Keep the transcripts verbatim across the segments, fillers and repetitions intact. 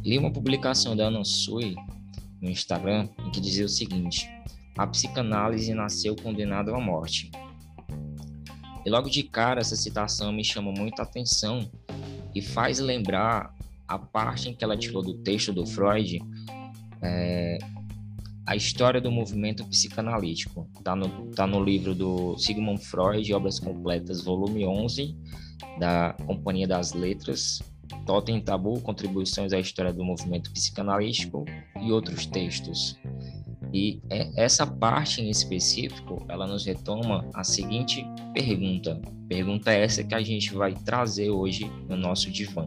Li uma publicação da Ana Sui no Instagram em que dizia o seguinte: a psicanálise nasceu condenada à morte. E logo de cara essa citação me chama muita atenção e faz lembrar a parte em que ela tirou do texto do Freud, é, a história do movimento psicanalítico. Está no, tá no livro do Sigmund Freud, Obras Completas, volume onze, da Companhia das Letras, Totem Tabu, Contribuições à História do Movimento Psicanalítico e outros textos. E essa parte em específico, ela nos retoma a seguinte pergunta. Pergunta essa que a gente vai trazer hoje no nosso divã.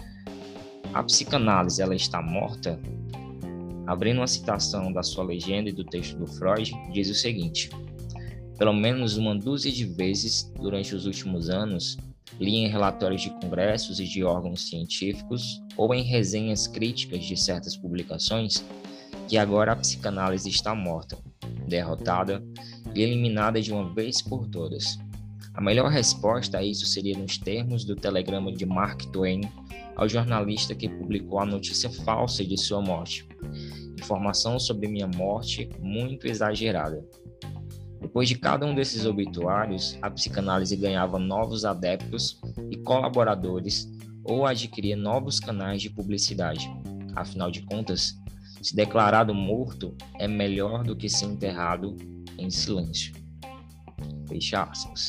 A psicanálise, ela está morta? Abrindo uma citação da sua legenda e do texto do Freud, diz o seguinte: pelo menos uma dúzia de vezes durante os últimos anos, li em relatórios de congressos e de órgãos científicos ou em resenhas críticas de certas publicações que agora a psicanálise está morta, derrotada e eliminada de uma vez por todas. A melhor resposta a isso seria nos termos do telegrama de Mark Twain ao jornalista que publicou a notícia falsa de sua morte. Informação sobre minha morte muito exagerada. Depois de cada um desses obituários, a psicanálise ganhava novos adeptos e colaboradores ou adquiria novos canais de publicidade. Afinal de contas, se declarado morto é melhor do que ser enterrado em silêncio. Fecha aspas.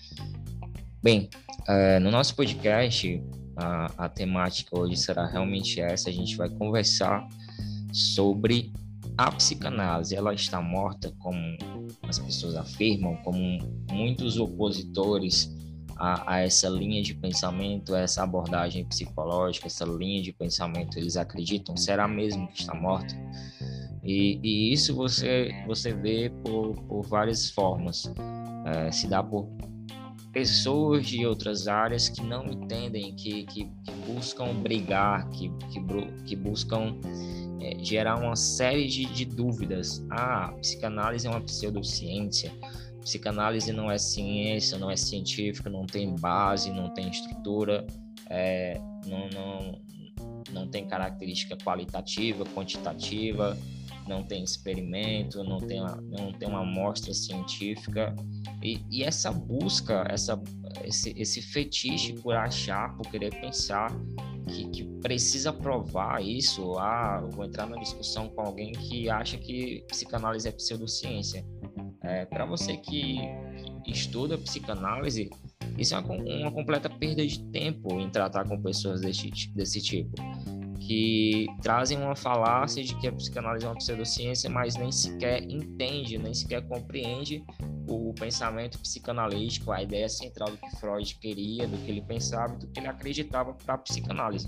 Bem, uh, no nosso podcast, a, a temática hoje será realmente essa. A gente vai conversar sobre a psicanálise. Ela está morta, como as pessoas afirmam, como muitos opositores a, a essa linha de pensamento, a essa abordagem psicológica, essa linha de pensamento, eles acreditam, será mesmo que está morta? E, e isso você, você vê por, por várias formas. É, se dá por pessoas de outras áreas que não entendem, que, que, que buscam brigar, que, que, que buscam é, gerar uma série de, de dúvidas. Ah, a psicanálise é uma pseudociência. Psicanálise não é ciência, não é científica, não tem base, não tem estrutura, é, não, não, não tem característica qualitativa, quantitativa, não tem experimento, não tem uma, não tem uma amostra científica. E, e essa busca, essa, esse, esse fetiche por achar, por querer pensar que, que precisa provar isso. Ah, vou entrar numa discussão com alguém que acha que psicanálise é pseudociência. É, para você que, que estuda psicanálise, isso é uma, uma completa perda de tempo em tratar com pessoas desse, desse tipo, que trazem uma falácia de que a psicanálise é uma pseudociência, mas nem sequer entende, nem sequer compreende o pensamento psicanalítico, a ideia central do que Freud queria, do que ele pensava, do que ele acreditava para a psicanálise.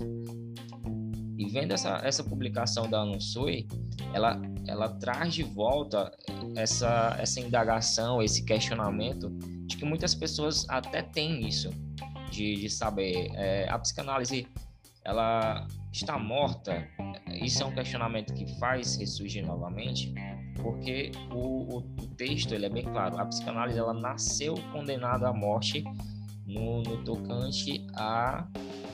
E vendo essa, essa publicação da Ana Sui, ela, ela traz de volta essa, essa indagação, esse questionamento de que muitas pessoas até têm isso, de, de saber, é, a psicanálise ela está morta. Isso é um questionamento que faz ressurgir novamente, porque o, o, o texto ele é bem claro. A psicanálise ela nasceu condenada à morte no, no tocante a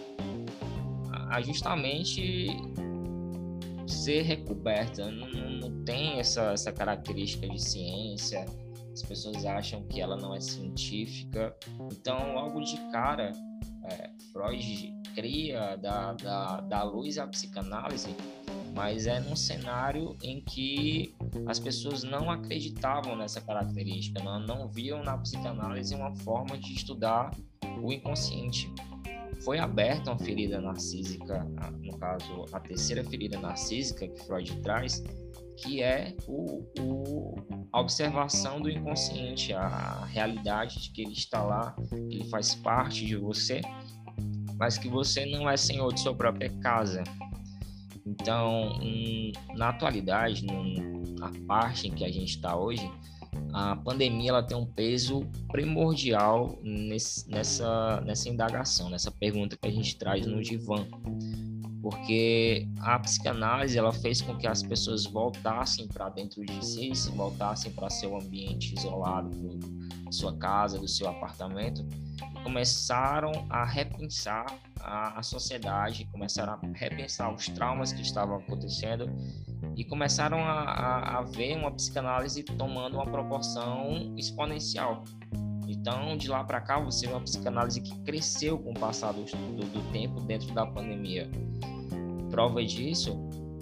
a justamente ser recoberta. Não, não, não tem essa, essa característica de ciência, as pessoas acham que ela não é científica. Então, logo de cara, é, Freud cria da, da, da luz à psicanálise, mas é num cenário em que as pessoas não acreditavam nessa característica, não, não viam na psicanálise uma forma de estudar o inconsciente. Foi aberta uma ferida narcísica, no caso, a terceira ferida narcísica que Freud traz, que é o, o, a observação do inconsciente, a realidade de que ele está lá, que ele faz parte de você, mas que você não é senhor de sua própria casa. Então, na atualidade, na parte em que a gente está hoje, a pandemia ela tem um peso primordial nesse, nessa, nessa indagação, nessa pergunta que a gente traz no divã, porque a psicanálise ela fez com que as pessoas voltassem para dentro de si, se voltassem para seu ambiente isolado, da sua casa, do seu apartamento, começaram a repensar a, a sociedade, começaram a repensar os traumas que estavam acontecendo e começaram a, a, a ver uma psicanálise tomando uma proporção exponencial. Então, de lá para cá, você vê uma psicanálise que cresceu com o passar do, do, do tempo dentro da pandemia. Prova disso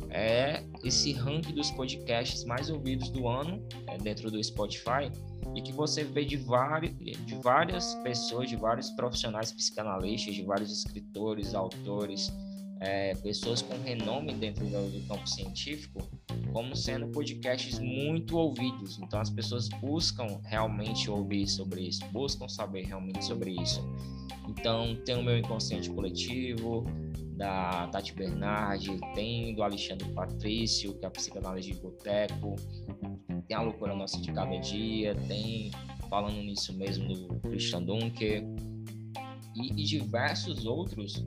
é esse ranking dos podcasts mais ouvidos do ano, é, dentro do Spotify, e que você vê de, vários, de várias pessoas, de vários profissionais psicanalistas, de vários escritores, autores, é, pessoas com renome dentro do, do campo científico, como sendo podcasts muito ouvidos. Então, as pessoas buscam realmente ouvir sobre isso, buscam saber realmente sobre isso. Então, tem o meu Inconsciente Coletivo, da Tati Bernardi, tem do Alexandre Patrício, que é a psicanálise de boteco, tem a Loucura Nossa de Cada Dia, tem falando nisso mesmo do Christian Dunker, e, e diversos outros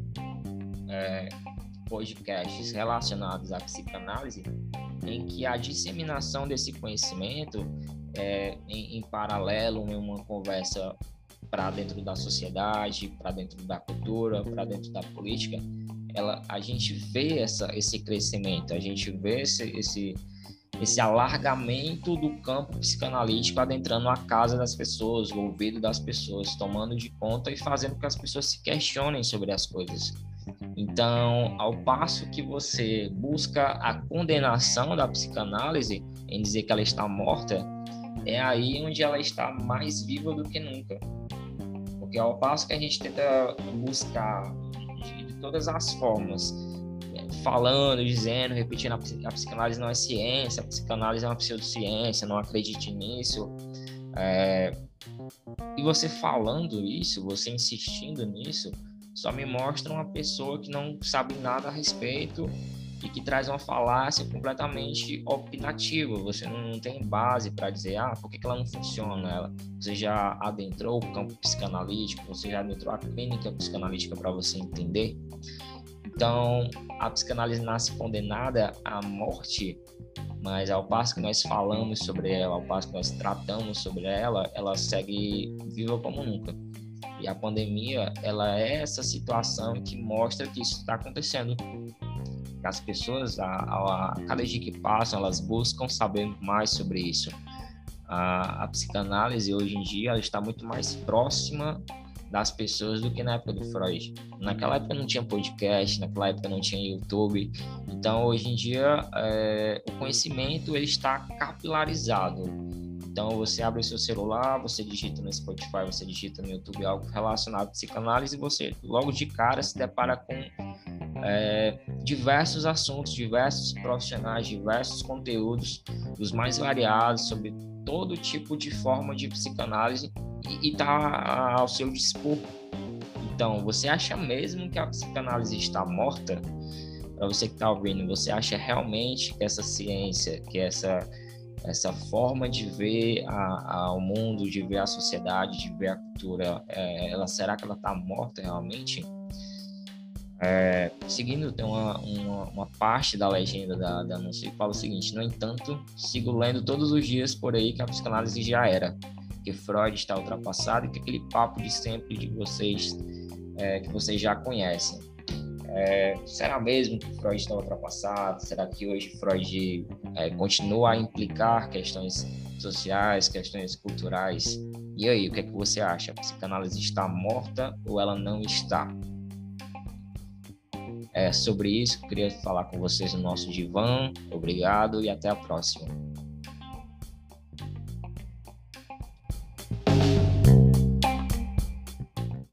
é, podcasts relacionados à psicanálise, em que a disseminação desse conhecimento é, em, em paralelo, em uma conversa para dentro da sociedade, para dentro da cultura, para dentro da política, ela, a gente vê essa, esse crescimento, a gente vê esse, esse, esse alargamento do campo psicanalítico adentrando a casa das pessoas, o ouvido das pessoas, tomando de conta e fazendo com que as pessoas se questionem sobre as coisas. Então, ao passo que você busca a condenação da psicanálise em dizer que ela está morta, é aí onde ela está mais viva do que nunca. Porque ao passo que a gente tenta buscar de todas as formas, falando, dizendo, repetindo, a psicanálise não é ciência, a psicanálise é uma pseudociência, não acredite nisso. É... E você falando isso, você insistindo nisso, só me mostra uma pessoa que não sabe nada a respeito e que traz uma falácia completamente opinativa. Você não tem base para dizer, ah, por que ela não funciona? Ela, você já adentrou o campo psicanalítico, você já adentrou a clínica psicanalítica para você entender. Então, a psicanálise nasce condenada à morte, mas ao passo que nós falamos sobre ela, ao passo que nós tratamos sobre ela, ela segue viva como nunca. E a pandemia, ela é essa situação que mostra que isso está acontecendo. As pessoas, a, a, a cada dia que passam, elas buscam saber mais sobre isso. A, a psicanálise, hoje em dia, ela está muito mais próxima das pessoas do que na época do Freud. Naquela época não tinha podcast, naquela época não tinha YouTube. Então, hoje em dia, é, o conhecimento ele está capilarizado. Então, você abre o seu celular, você digita no Spotify, você digita no YouTube algo relacionado à psicanálise e você, logo de cara, se depara com é, diversos assuntos, diversos profissionais, diversos conteúdos, dos mais variados, sobre todo tipo de forma de psicanálise e está ao seu dispor. Então, você acha mesmo que a psicanálise está morta? Para você que está ouvindo, você acha realmente que essa ciência, que essa... essa forma de ver a, a, o mundo, de ver a sociedade, de ver a cultura, é, ela, será que ela está morta realmente? É, seguindo, tem uma, uma, uma parte da legenda da, da anúncio que fala o seguinte: no entanto, sigo lendo todos os dias por aí que a psicanálise já era, que Freud está ultrapassado e que aquele papo de sempre de vocês, é, que vocês já conhecem. É, será mesmo que Freud está ultrapassado? Será que hoje Freud é, continua a implicar questões sociais, questões culturais? E aí, o que é que você acha? A psicanálise está morta ou ela não está? É sobre isso que eu queria falar com vocês no nosso divã. Obrigado e até a próxima.